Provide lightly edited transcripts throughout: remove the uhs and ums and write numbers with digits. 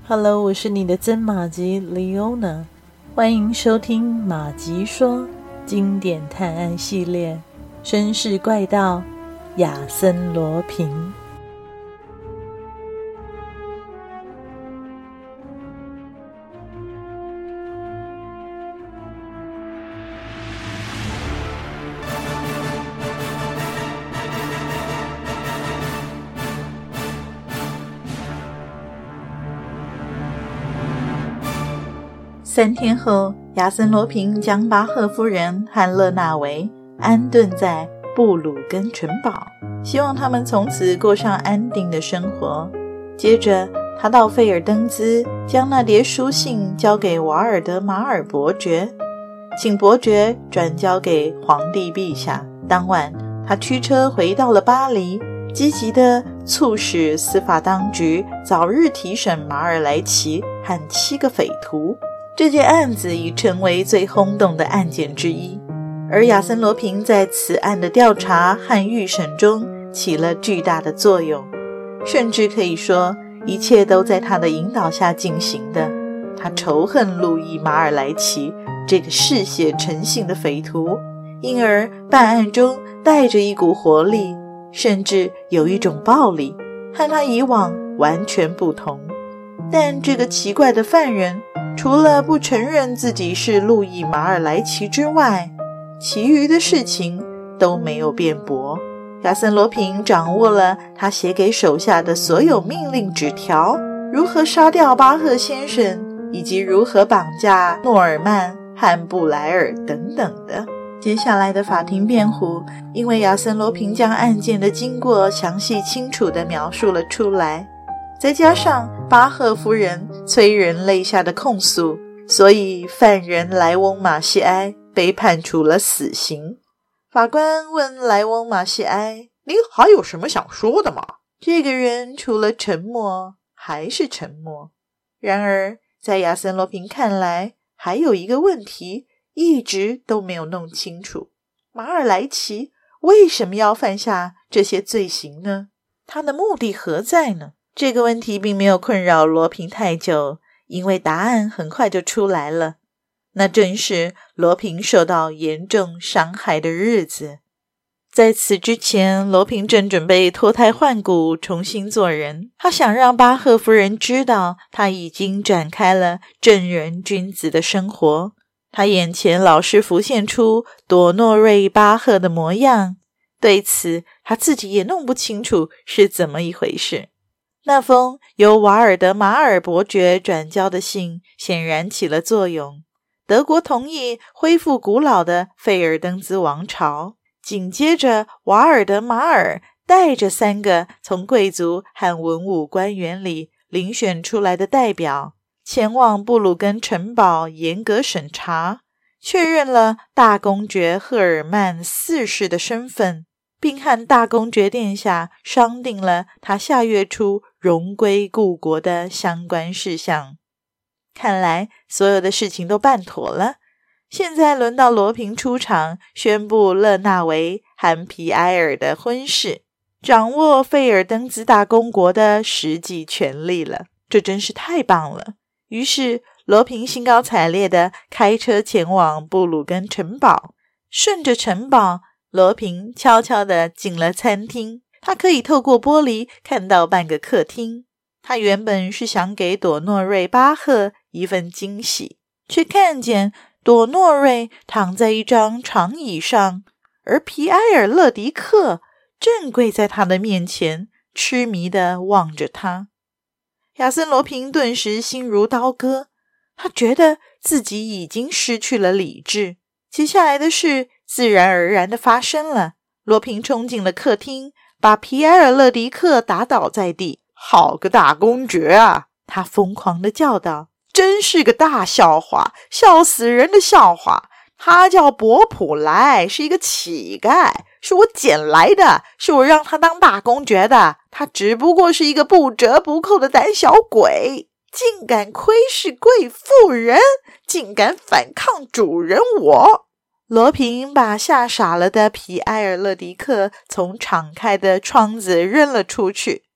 Hello， 我是你的曾马吉 Leona， 欢迎收听马吉说经典探案系列，绅士怪盗亚森罗平。3天后，亚森罗平将巴赫夫人和勒纳维安顿在布鲁根城堡，希望他们从此过上安定的生活。接着他到费尔登兹将那叠书信交给瓦尔德马尔伯爵，请伯爵转交给皇帝陛下。当晚他驱车回到了巴黎，积极地促使司法当局早日提审马尔莱奇和7个匪徒。这件案子已成为最轰动的案件之一，而亚森罗平在此案的调查和预审中起了巨大的作用，甚至可以说一切都在他的引导下进行的。他仇恨路易马尔莱奇这个嗜血成性的匪徒，因而办案中带着一股活力，甚至有一种暴力，和他以往完全不同。但这个奇怪的犯人除了不承认自己是路易马尔莱奇之外，其余的事情都没有辩驳。亚森罗平掌握了他写给手下的所有命令纸条，如何杀掉巴赫先生，以及如何绑架诺尔曼和布莱尔等等的。接下来的法庭辩护，因为亚森罗平将案件的经过详细清楚地描述了出来，再加上巴赫夫人催人泪下的控诉，所以犯人莱翁马西埃被判处了死刑。法官问莱翁马西埃：“您还有什么想说的吗？”这个人除了沉默还是沉默。然而在亚森罗平看来，还有一个问题一直都没有弄清楚：马尔莱奇为什么要犯下这些罪行呢？他的目的何在呢？这个问题并没有困扰罗平太久，因为答案很快就出来了。那正是罗平受到严重伤害的日子。在此之前，罗平正准备脱胎换骨，重新做人。他想让巴赫夫人知道，他已经展开了正人君子的生活。他眼前老是浮现出朵诺瑞巴赫的模样，对此他自己也弄不清楚是怎么一回事。那封由瓦尔德马尔伯爵转交的信显然起了作用，德国同意恢复古老的费尔登兹王朝。紧接着，瓦尔德马尔带着3个从贵族和文武官员里遴选出来的代表，前往布鲁根城堡严格审查，确认了大公爵赫尔曼4世的身份，并和大公爵殿下商定了他下月初荣归故国的相关事项。看来所有的事情都办妥了，现在轮到罗平出场，宣布勒纳维和皮埃尔的婚事，掌握费尔登兹大公国的实际权力了。这真是太棒了。于是罗平兴高采烈地开车前往布鲁根城堡。顺着城堡，罗平悄悄地进了餐厅，他可以透过玻璃看到半个客厅。他原本是想给朵诺瑞巴赫一份惊喜，却看见朵诺瑞躺在一张长椅上，而皮埃尔勒迪克正跪在他的面前，痴迷地望着他。亚森罗平顿时心如刀割，他觉得自己已经失去了理智。接下来的事自然而然地发生了。罗平冲进了客厅，把皮埃尔勒迪克打倒在地。好个大公爵啊！他疯狂地叫道，真是个大笑话，笑死人的笑话。他叫博普莱，是一个乞丐，是我捡来的，是我让他当大公爵的。他只不过是一个不折不扣的胆小鬼，竟敢窥视贵妇人，竟敢反抗主人我。罗平把吓傻了的皮埃尔勒迪克从敞开的窗子扔了出去。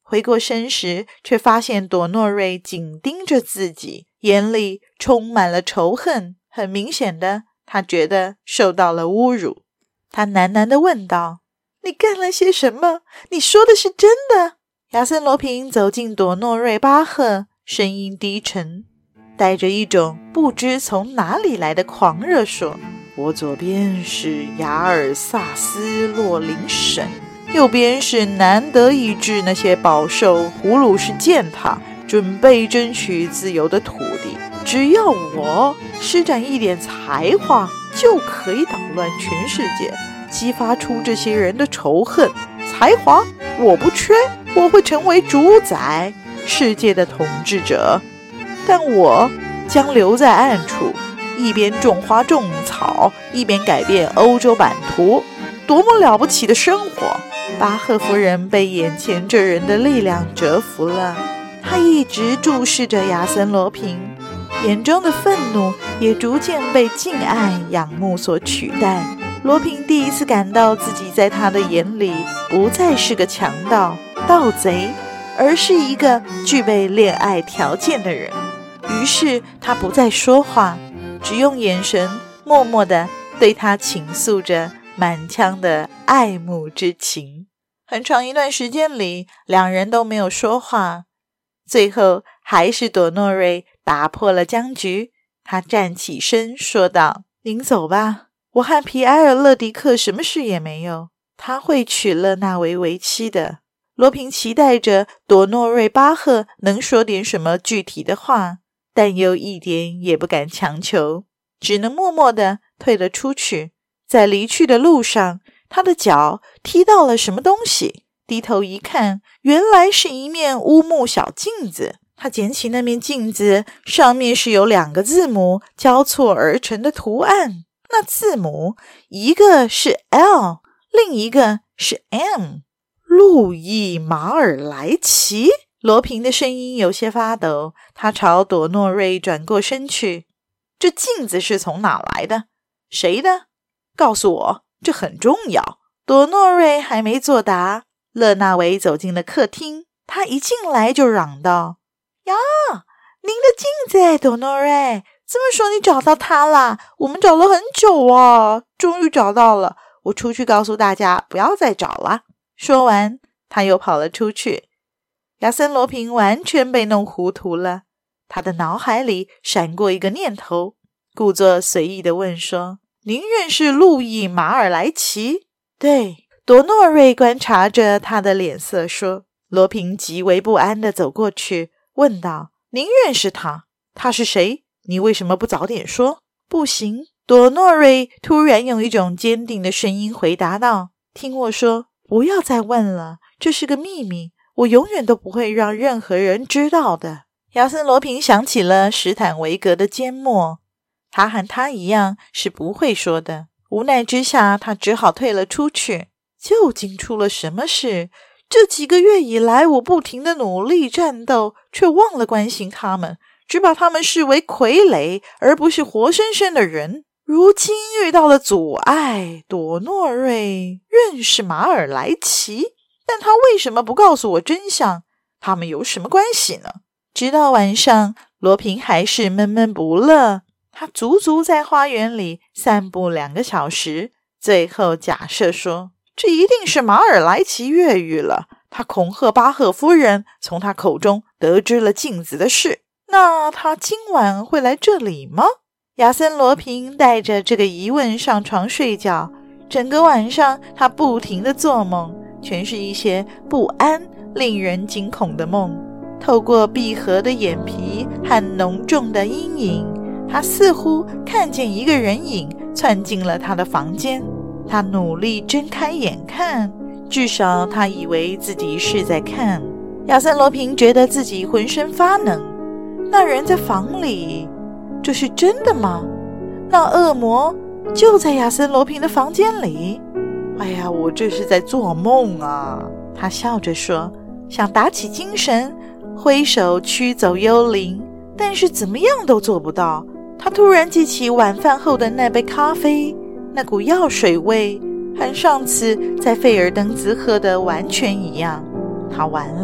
回过身时，却发现朵诺瑞紧盯着自己，眼里充满了仇恨。很明显的，他觉得受到了侮辱。他喃喃地问道：你干了些什么？你说的是真的？亚森罗平走进朵诺瑞巴赫，声音低沉，带着一种不知从哪里来的狂热说：我左边是雅尔萨斯洛林省，右边是难得一治那些饱受胡鲁士践踏准备争取自由的土地，只要我施展一点才华，就可以捣乱全世界，激发出这些人的仇恨。才华我不缺，我会成为主宰世界的统治者，但我将留在暗处，一边种花种草，一边改变欧洲版图。多么了不起的生活！巴赫夫人被眼前这人的力量折服了，她一直注视着亚森罗平，眼中的愤怒也逐渐被敬爱仰慕所取代。罗平第一次感到自己在他的眼里不再是个强盗、盗贼，而是一个具备恋爱条件的人。于是他不再说话，只用眼神默默地对他倾诉着满腔的爱慕之情。很长一段时间里，两人都没有说话。最后还是朵诺瑞打破了僵局，他站起身说道：您走吧，我和皮埃尔勒迪克什么事也没有，他会娶勒纳维为妻的。罗平期待着朵诺瑞巴赫能说点什么具体的话，但又一点也不敢强求，只能默默地退了出去。在离去的路上，他的脚踢到了什么东西，低头一看，原来是一面乌木小镜子。他捡起那面镜子，上面是由2个字母交错而成的图案。那字母一个是 L， 另一个是 M。 路易马尔莱奇。罗平的声音有些发抖，他朝朵诺瑞转过身去。这镜子是从哪来的？谁的？告诉我，这很重要。朵诺瑞还没作答，勒纳维走进了客厅，他一进来就嚷道：呀，您的镜子，朵诺瑞，这么说你找到它了？我们找了很久啊，终于找到了。我出去告诉大家不要再找了。说完，他又跑了出去。亚森罗平完全被弄糊涂了，他的脑海里闪过一个念头，故作随意地问说：您认识路易马尔莱奇？对，朵诺瑞观察着他的脸色说。罗平极为不安地走过去，问道：您认识他？他是谁？你为什么不早点说？不行，朵诺瑞突然用一种坚定的声音回答道：听我说，不要再问了，这是个秘密，我永远都不会让任何人知道的。亚森罗平想起了史坦维格的缄默，他和他一样是不会说的。无奈之下，他只好退了出去。究竟出了什么事？这几个月以来，我不停地努力战斗，却忘了关心他们，只把他们视为傀儡，而不是活生生的人。如今遇到了阻碍，朵诺瑞认识马尔莱奇，但他为什么不告诉我真相？他们有什么关系呢？直到晚上，罗平还是闷闷不乐。他足足在花园里散步2个小时，最后假设说，这一定是马尔莱奇越狱了，他恐吓巴赫夫人，从他口中得知了镜子的事。那他今晚会来这里吗？亚森罗平带着这个疑问上床睡觉，整个晚上他不停地做梦，全是一些不安、令人惊恐的梦。透过闭合的眼皮和浓重的阴影，他似乎看见一个人影窜进了他的房间。他努力睁开眼看，至少他以为自己是在看。亚森罗平觉得自己浑身发冷。那人在房里，这是真的吗？那恶魔就在亚森罗平的房间里？哎呀，我这是在做梦啊！他笑着说，想打起精神，挥手驱走幽灵，但是怎么样都做不到。他突然记起晚饭后的那杯咖啡，那股药水味和上次在费尔登兹喝的完全一样。他完了，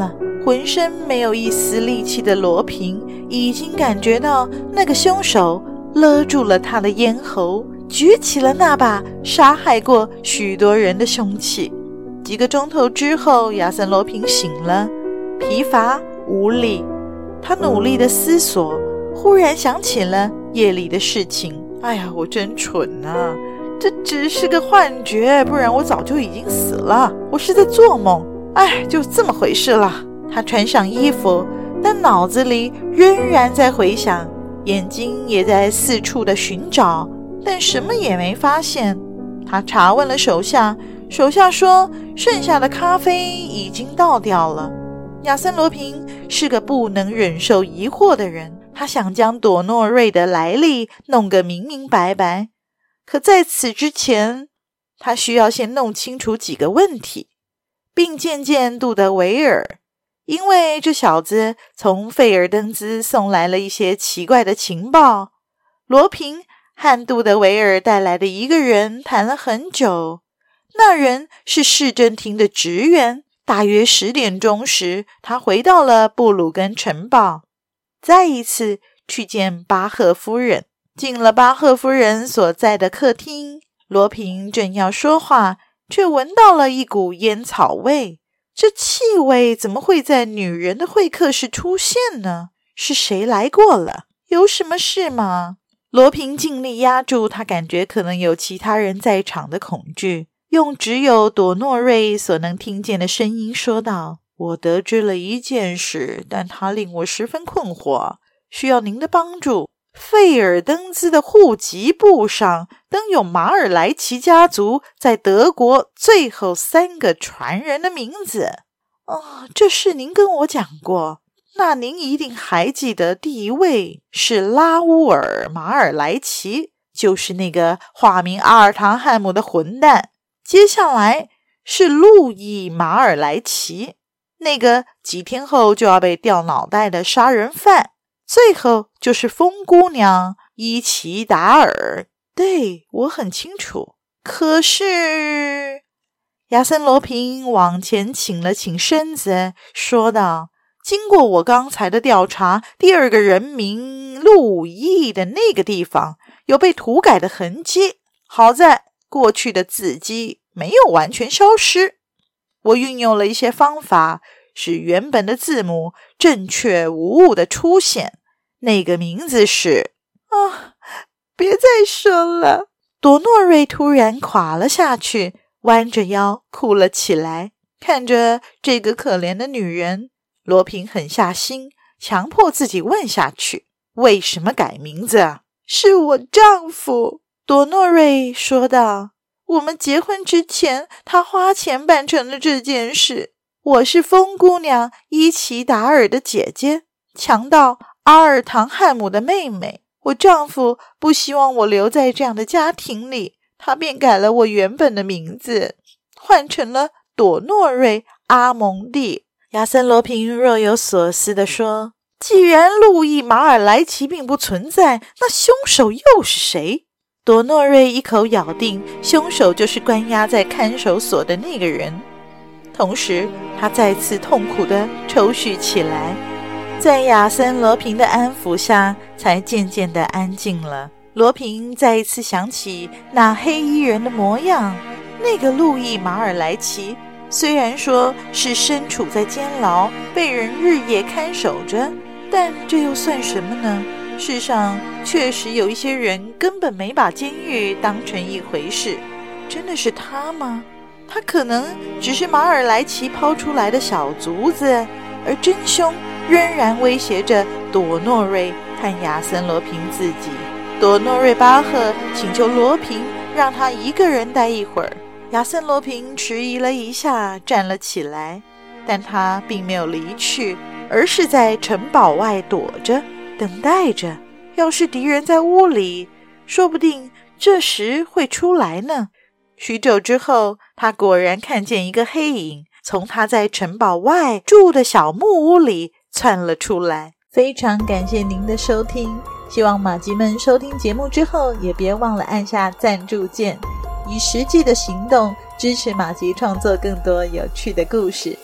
浑身没有一丝力气的罗平已经感觉到那个凶手勒住了他的咽喉，举起了那把杀害过许多人的凶器。几个钟头之后，亚森罗平醒了，疲乏无力。他努力地思索，忽然想起了夜里的事情。哎呀，我真蠢啊，这只是个幻觉，不然我早就已经死了，我是在做梦。哎，就这么回事了。他穿上衣服，但脑子里仍然在回想，眼睛也在四处的寻找，但什么也没发现。他查问了手下，手下说剩下的咖啡已经倒掉了。亚森罗平是个不能忍受疑惑的人，他想将朵诺瑞的来历弄个明明白白，可在此之前，他需要先弄清楚几个问题，并见见杜德维尔，因为这小子从费尔登兹送来了一些奇怪的情报。罗平和杜德维尔带来的一个人谈了很久，那人是市政厅的职员。大约10点钟时，他回到了布鲁根城堡，再一次去见巴赫夫人。进了巴赫夫人所在的客厅，罗平正要说话，却闻到了一股烟草味。这气味怎么会在女人的会客室出现呢？是谁来过了？有什么事吗？罗平尽力压住他感觉可能有其他人在场的恐惧，用只有朵诺瑞所能听见的声音说道：我得知了一件事，但它令我十分困惑，需要您的帮助。费尔登兹的户籍簿上登有马尔莱奇家族在德国最后3个传人的名字。这事您跟我讲过，那您一定还记得第一位是拉乌尔·马尔莱奇，就是那个化名阿尔唐汉姆的混蛋。接下来是路易·马尔莱奇，那个几天后就要被掉脑袋的杀人犯。最后就是疯姑娘伊奇达尔。对，我很清楚。可是亚森罗平往前倾了倾身子，说道：经过我刚才的调查，第2个人名路易的那个地方有被涂改的痕迹，好在过去的字迹没有完全消失。我运用了一些方法，使原本的字母正确无误的出现。那个名字是……别再说了。朵诺瑞突然垮了下去，弯着腰哭了起来。看着这个可怜的女人，罗平狠下心，强迫自己问下去：为什么改名字啊？是我丈夫，朵诺瑞说道。我们结婚之前，他花钱办成了这件事。我是疯姑娘伊奇达尔的姐姐，强盗阿尔唐汉姆的妹妹。我丈夫不希望我留在这样的家庭里，他便改了我原本的名字，换成了朵诺瑞·阿蒙蒂。亚森罗平若有所思地说：既然路易·马尔莱奇并不存在，那凶手又是谁？朵诺瑞一口咬定凶手就是关押在看守所的那个人，同时他再次痛苦地抽搐起来。在亚森罗平的安抚下，才渐渐地安静了。罗平再一次想起那黑衣人的模样，那个路易·马尔莱奇虽然说是身处在监牢，被人日夜看守着，但这又算什么呢？世上确实有一些人根本没把监狱当成一回事。真的是他吗？他可能只是马尔莱奇抛出来的小卒子，而真凶仍然威胁着朵诺瑞和亚森罗平自己。朵诺瑞巴赫请求罗平让他一个人待一会儿。亚森罗平迟疑了一下，站了起来，但他并没有离去，而是在城堡外躲着，等待着。要是敌人在屋里，说不定这时会出来呢。许久之后，他果然看见一个黑影从他在城堡外住的小木屋里窜了出来。非常感谢您的收听，希望马吉们收听节目之后也别忘了按下赞助键，以实际的行动支持马吉创作更多有趣的故事。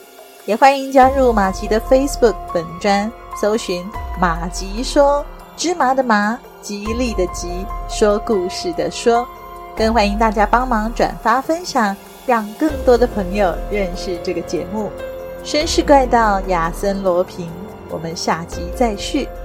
也欢迎加入马吉的 Facebook 本专，搜寻马吉说，芝麻的麻，吉利的吉，说故事的说。更欢迎大家帮忙转发分享，让更多的朋友认识这个节目。绅士怪盗亚森罗平，我们下集再续。